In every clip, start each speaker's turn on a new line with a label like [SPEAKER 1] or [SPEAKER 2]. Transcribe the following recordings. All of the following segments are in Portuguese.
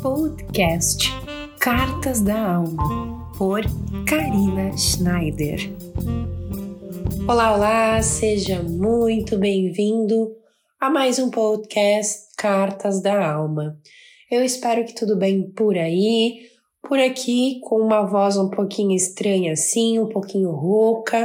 [SPEAKER 1] Podcast Cartas da Alma, por Karina Schneider. Olá, seja muito bem-vindo a mais um podcast Cartas da Alma. Eu espero que tudo bem por aí, por aqui com uma voz um pouquinho estranha assim, um pouquinho rouca.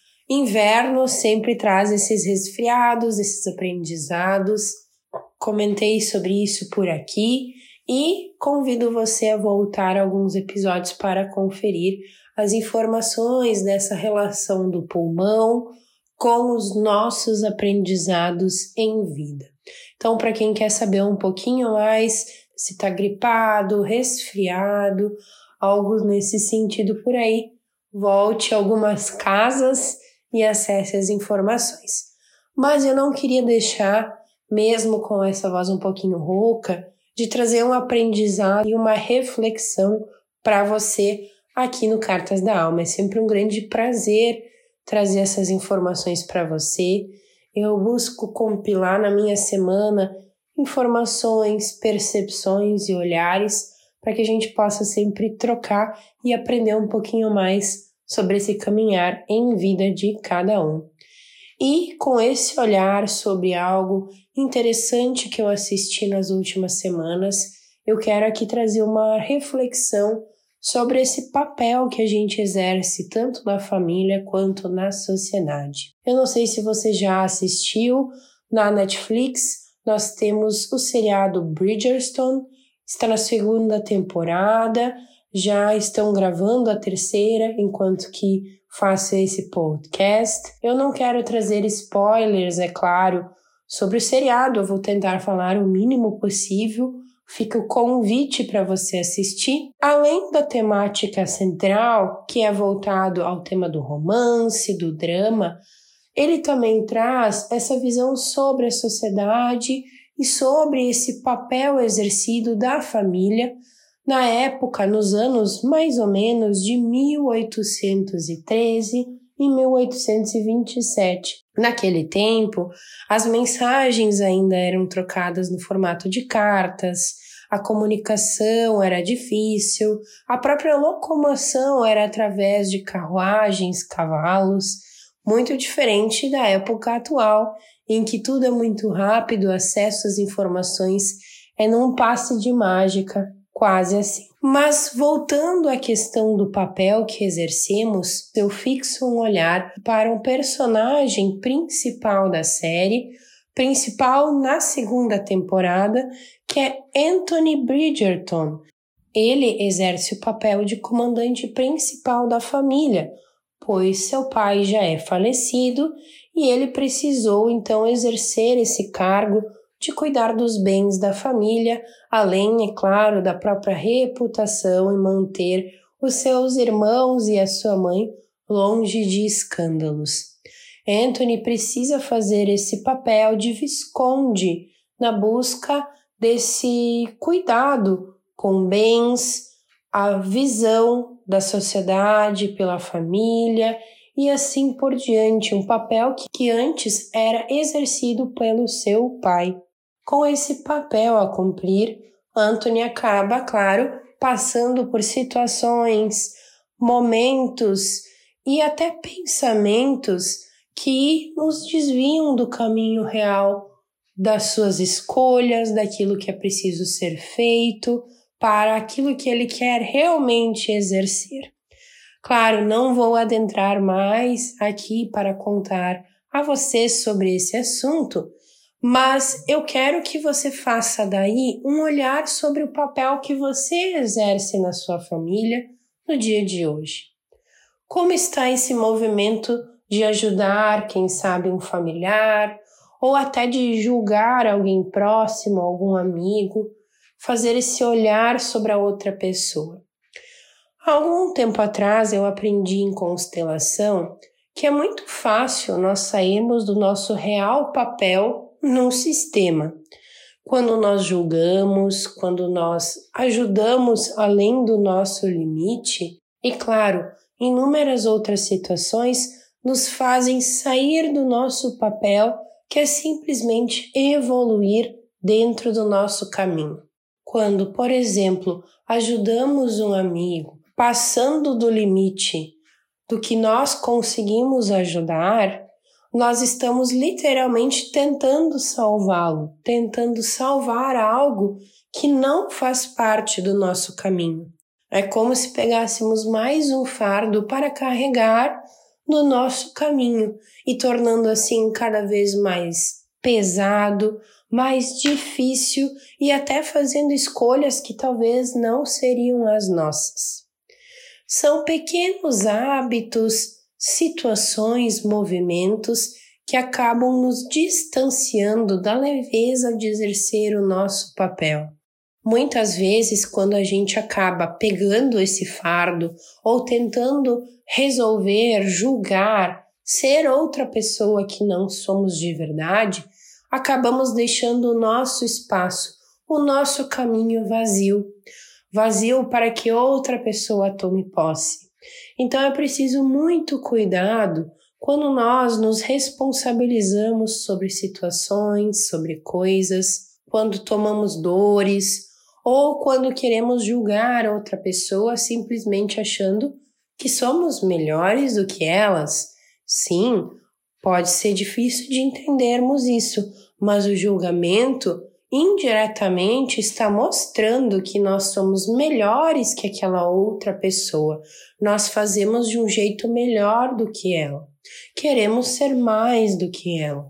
[SPEAKER 1] Inverno sempre traz esses resfriados, esses aprendizados. Comentei sobre isso por aqui e convido você a voltar a alguns episódios para conferir as informações dessa relação do pulmão com os nossos aprendizados em vida. Então, para quem quer saber um pouquinho mais, se está gripado, resfriado, algo nesse sentido por aí, volte a algumas casas e acesse as informações. Mas eu não queria deixar, mesmo com essa voz um pouquinho rouca, de trazer um aprendizado e uma reflexão para você aqui no Cartas da Alma. É sempre um grande prazer trazer essas informações para você. Eu busco compilar na minha semana informações, percepções e olhares para que a gente possa sempre trocar e aprender um pouquinho mais sobre esse caminhar em vida de cada um. E com esse olhar sobre algo interessante que eu assisti nas últimas semanas, eu quero aqui trazer uma reflexão sobre esse papel que a gente exerce tanto na família quanto na sociedade. Eu não sei se você já assistiu na Netflix, nós temos o seriado Bridgerton, está na segunda temporada, já estão gravando a terceira, enquanto que faço esse podcast. Eu não quero trazer spoilers, é claro, sobre o seriado. Eu vou tentar falar o mínimo possível. Fica o convite para você assistir. Além da temática central, que é voltado ao tema do romance, do drama, ele também traz essa visão sobre a sociedade e sobre esse papel exercido da família na época, nos anos mais ou menos de 1813 e 1827. Naquele tempo, as mensagens ainda eram trocadas no formato de cartas, a comunicação era difícil, a própria locomoção era através de carruagens, cavalos, muito diferente da época atual, em que tudo é muito rápido, o acesso às informações é num passe de mágica, quase assim. Mas voltando à questão do papel que exercemos, eu fixo um olhar para um personagem principal da série, principal na segunda temporada, que é Anthony Bridgerton. Ele exerce o papel de comandante principal da família, pois seu pai já é falecido e ele precisou então exercer esse cargo de cuidar dos bens da família, além, é claro, da própria reputação e manter os seus irmãos e a sua mãe longe de escândalos. Anthony precisa fazer esse papel de visconde na busca desse cuidado com bens, a visão da sociedade pela família e assim por diante, um papel que antes era exercido pelo seu pai. Com esse papel a cumprir, Anthony acaba, claro, passando por situações, momentos e até pensamentos que nos desviam do caminho real, das suas escolhas, daquilo que é preciso ser feito, para aquilo que ele quer realmente exercer. Claro, não vou adentrar mais aqui para contar a você sobre esse assunto, mas eu quero que você faça daí um olhar sobre o papel que você exerce na sua família no dia de hoje. Como está esse movimento de ajudar, quem sabe, um familiar, ou até de julgar alguém próximo, algum amigo, fazer esse olhar sobre a outra pessoa? Há algum tempo atrás eu aprendi em constelação que é muito fácil nós sairmos do nosso real papel num sistema. Quando nós julgamos, quando nós ajudamos além do nosso limite, e claro, inúmeras outras situações nos fazem sair do nosso papel, que é simplesmente evoluir dentro do nosso caminho. Quando, por exemplo, ajudamos um amigo passando do limite do que nós conseguimos ajudar, nós estamos literalmente tentando salvá-lo, tentando salvar algo que não faz parte do nosso caminho. É como se pegássemos mais um fardo para carregar no nosso caminho e tornando assim cada vez mais pesado, mais difícil e até fazendo escolhas que talvez não seriam as nossas. São pequenos hábitos, situações, movimentos que acabam nos distanciando da leveza de exercer o nosso papel. Muitas vezes, quando a gente acaba pegando esse fardo ou tentando resolver, julgar, ser outra pessoa que não somos de verdade, acabamos deixando o nosso espaço, o nosso caminho vazio para que outra pessoa tome posse. Então é preciso muito cuidado quando nós nos responsabilizamos sobre situações, sobre coisas, quando tomamos dores ou quando queremos julgar outra pessoa simplesmente achando que somos melhores do que elas. Sim, pode ser difícil de entendermos isso, mas o julgamento indiretamente está mostrando que nós somos melhores que aquela outra pessoa. Nós fazemos de um jeito melhor do que ela. Queremos ser mais do que ela.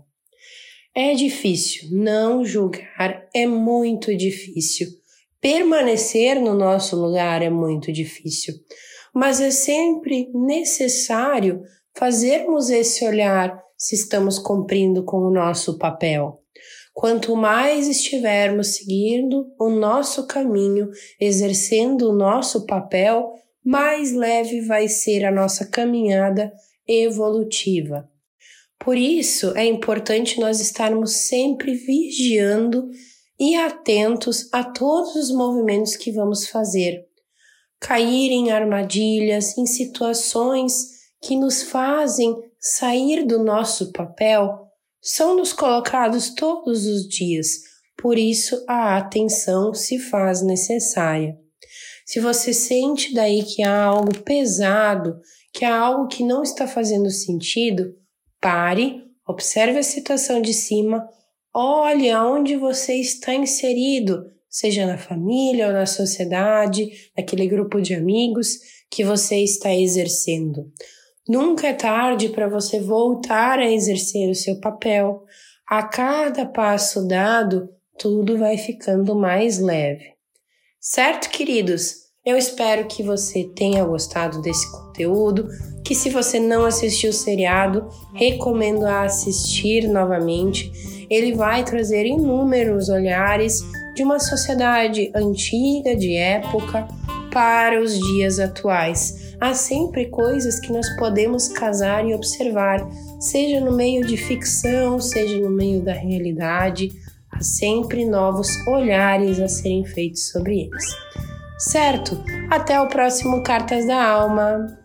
[SPEAKER 1] É difícil, não julgar é muito difícil. Permanecer no nosso lugar é muito difícil, mas é sempre necessário fazermos esse olhar se estamos cumprindo com o nosso papel. Quanto mais estivermos seguindo o nosso caminho, exercendo o nosso papel, mais leve vai ser a nossa caminhada evolutiva. Por isso, é importante nós estarmos sempre vigiando e atentos a todos os movimentos que vamos fazer. Cair em armadilhas, em situações que nos fazem sair do nosso papel, são nos colocados todos os dias, por isso a atenção se faz necessária. Se você sente daí que há algo pesado, que há algo que não está fazendo sentido, pare, observe a situação de cima, olhe aonde você está inserido, seja na família ou na sociedade, naquele grupo de amigos que você está exercendo. Nunca é tarde para você voltar a exercer o seu papel. A cada passo dado, tudo vai ficando mais leve. Certo, queridos? Eu espero que você tenha gostado desse conteúdo, que se você não assistiu o seriado, recomendo a assistir novamente. Ele vai trazer inúmeros olhares de uma sociedade antiga, de época, para os dias atuais. Há sempre coisas que nós podemos casar e observar, seja no meio de ficção, seja no meio da realidade, há sempre novos olhares a serem feitos sobre eles. Certo? Até o próximo Cartas da Alma!